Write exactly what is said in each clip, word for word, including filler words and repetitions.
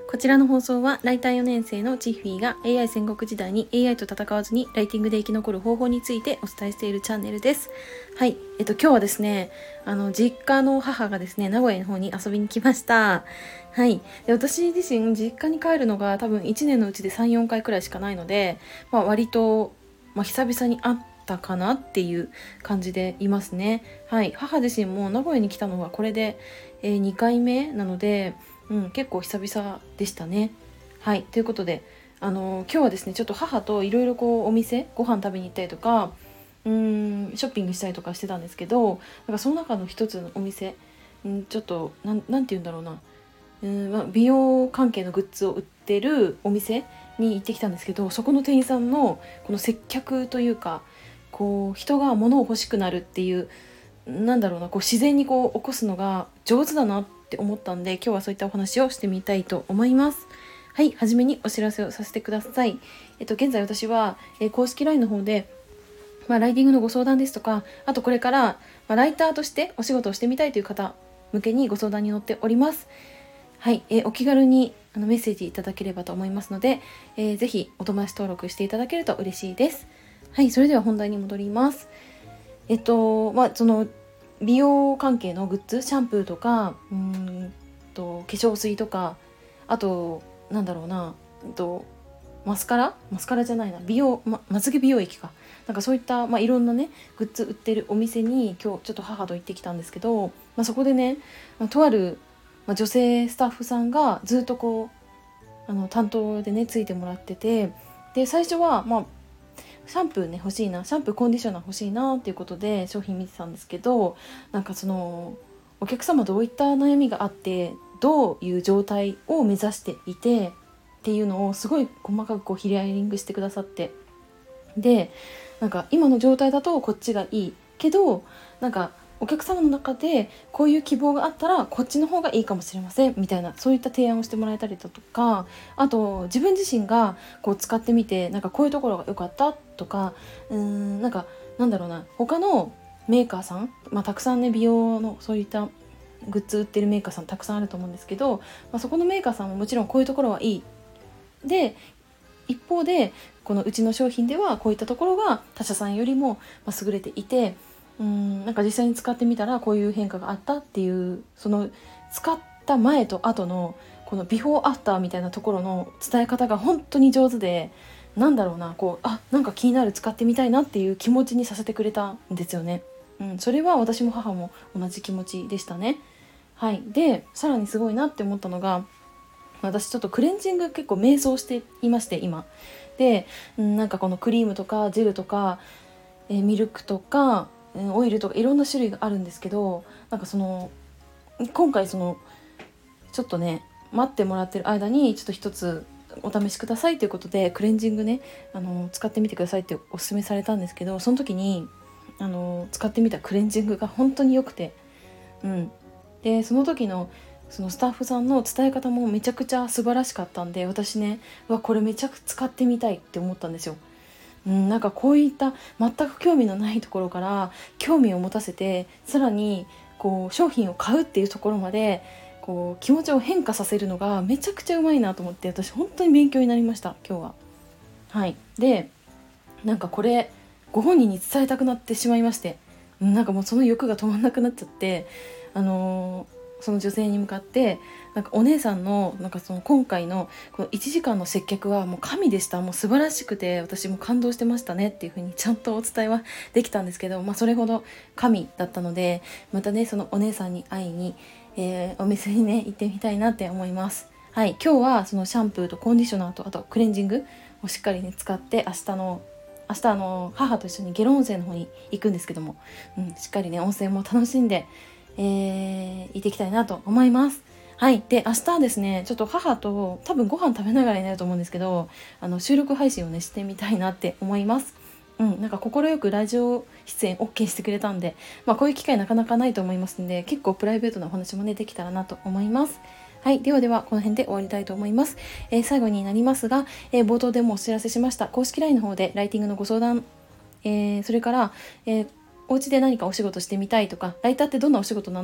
こちらの放送はライターよねん生のチッフィーが エーアイ 戦国時代に エーアイ と戦わずにライティングで生き残る方法についてお伝えしているチャンネルです。はい、えっと今日はですね、あの実家の母がですね、名古屋の方に遊びに来ました。はい、で私自身実家に帰るのが多分いちねんのうちでさん、よんかいくらいしかないので、まあ、割と、まあ、久々に会ったかなっていう感じでいますね。はい、母自身も名古屋に来たのはこれで、えー、にかいめなので、うん、結構久々でしたね。はい、ということで、あのー今日はですねちょっと母といろいろこうお店ご飯食べに行ったりとか、うーんショッピングしたりとかしてたんですけど、なんかその中の一つのお店、うん、ちょっとなんなんて言うんだろうな、うん、まあ、美容関係のグッズを売ってるお店に行ってきたんですけど、そこの店員さんのこの接客というか、こう人が物を欲しくなるっていう、なんだろうな、こう自然にこう起こすのが上手だなって思ったんで、今日はそういったお話をしてみたいと思います。はい、はじめにお知らせをさせてください。えっと現在私は、えー公式 ライン の方で、まあ、ライティングのご相談ですとか、あとこれから、まあ、ライターとしてお仕事をしてみたいという方向けにご相談に乗っております。はい、えーお気軽にあのメッセージいただければと思いますので、えーぜひお友達登録していただけると嬉しいです。はい、それでは本題に戻ります。えっとまあその美容関係のグッズ、シャンプーとか、うーんと化粧水とか、あとなんだろうな、えっとマスカラマスカラじゃないな、美容、ま、まつげ美容液か、なんかそういった、まあ、いろんなねグッズ売ってるお店に今日ちょっと母と行ってきたんですけど、まあ、そこでね、まあとある、まあ、女性スタッフさんがずっとこうあの担当でねついてもらってて、で最初はまあシャンプーね欲しいな、シャンプーコンディショナー欲しいなっていうことで商品見てたんですけど、なんかそのお客様どういった悩みがあってどういう状態を目指していてっていうのをすごい細かくこうヒアリングしてくださって、でなんか今の状態だとこっちがいいけど、なんかお客様の中でこういう希望があったらこっちの方がいいかもしれませんみたいな、そういった提案をしてもらえたりだとか、あと自分自身がこう使ってみてなんかこういうところが良かったとか、うーんなんかなんだろうな、他のメーカーさん、まあ、たくさんね美容のそういったグッズ売ってるメーカーさんたくさんあると思うんですけど、まあ、そこのメーカーさんももちろんこういうところはいいで、一方でこのうちの商品ではこういったところが他社さんよりもまあ優れていて、うーんなんか実際に使ってみたらこういう変化があったっていう、その使った前と後のこのビフォーアフターみたいなところの伝え方が本当に上手で、なんだろうな、こうあなんか気になる、使ってみたいなっていう気持ちにさせてくれたんですよね。うん、それは私も母も同じ気持ちでしたね。はい、でさらにすごいなって思ったのが、私ちょっとクレンジング結構迷走していまして今で、うん、なんかこのクリームとかジェルとか、えーミルクとか、えーオイルとかいろんな種類があるんですけど、なんかその今回そのちょっとね待ってもらってる間にちょっと一つお試しくださいということでクレンジングね、あの使ってみてくださいってお勧めされたんですけど、その時にあの使ってみたクレンジングが本当に良くて、うんでその時のそのスタッフさんの伝え方もめちゃくちゃ素晴らしかったんで、私ねうわこれめちゃくちゃ使ってみたいって思ったんですよ。うん、なんかこういった全く興味のないところから興味を持たせて、さらにこう商品を買うっていうところまでこう気持ちを変化させるのがめちゃくちゃうまいなと思って、私本当に勉強になりました今日は。はい、でなんかこれご本人に伝えたくなってしまいまして、うんなんかもうその欲が止まんなくなっちゃって、あのーその女性に向かってなんかお姉さんのなんかその今回のこのいちじかんの接客はもう神でした、もう素晴らしくて私も感動してましたねっていう風にちゃんとお伝えはできたんですけど、まあ、それほど神だったので、またねそのお姉さんに会いに、えーお店にね行ってみたいなって思います。はい、今日はそのシャンプーとコンディショナーとあとクレンジングをしっかりね使って明日の明日あの母と一緒に下呂温泉の方に行くんですけども、うん、しっかりね温泉も楽しんでえー、行っていきたいなと思います。はい。で、明日ですね、ちょっと母と多分ご飯食べながらになると思うんですけど、あの収録配信をね、してみたいなって思います。うん、なんか快くラジオ出演 OK してくれたんで、まあこういう機会なかなかないと思いますんで、結構プライベートなお話もね、できたらなと思います。はい。ではでは、この辺で終わりたいと思います。えー最後になりますが、えー冒頭でもお知らせしました、公式 ライン の方でライティングのご相談、えーそれから、えーお家で何かお仕事してみたいとか、ライターってどんなお仕事なの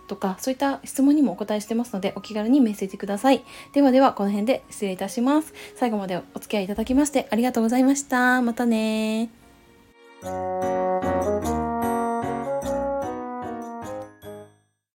とかそういった質問にもお答えしてますので、お気軽にメッセージください。ではではこの辺で失礼いたします。最後までお付き合いいただきましてありがとうございました。またね。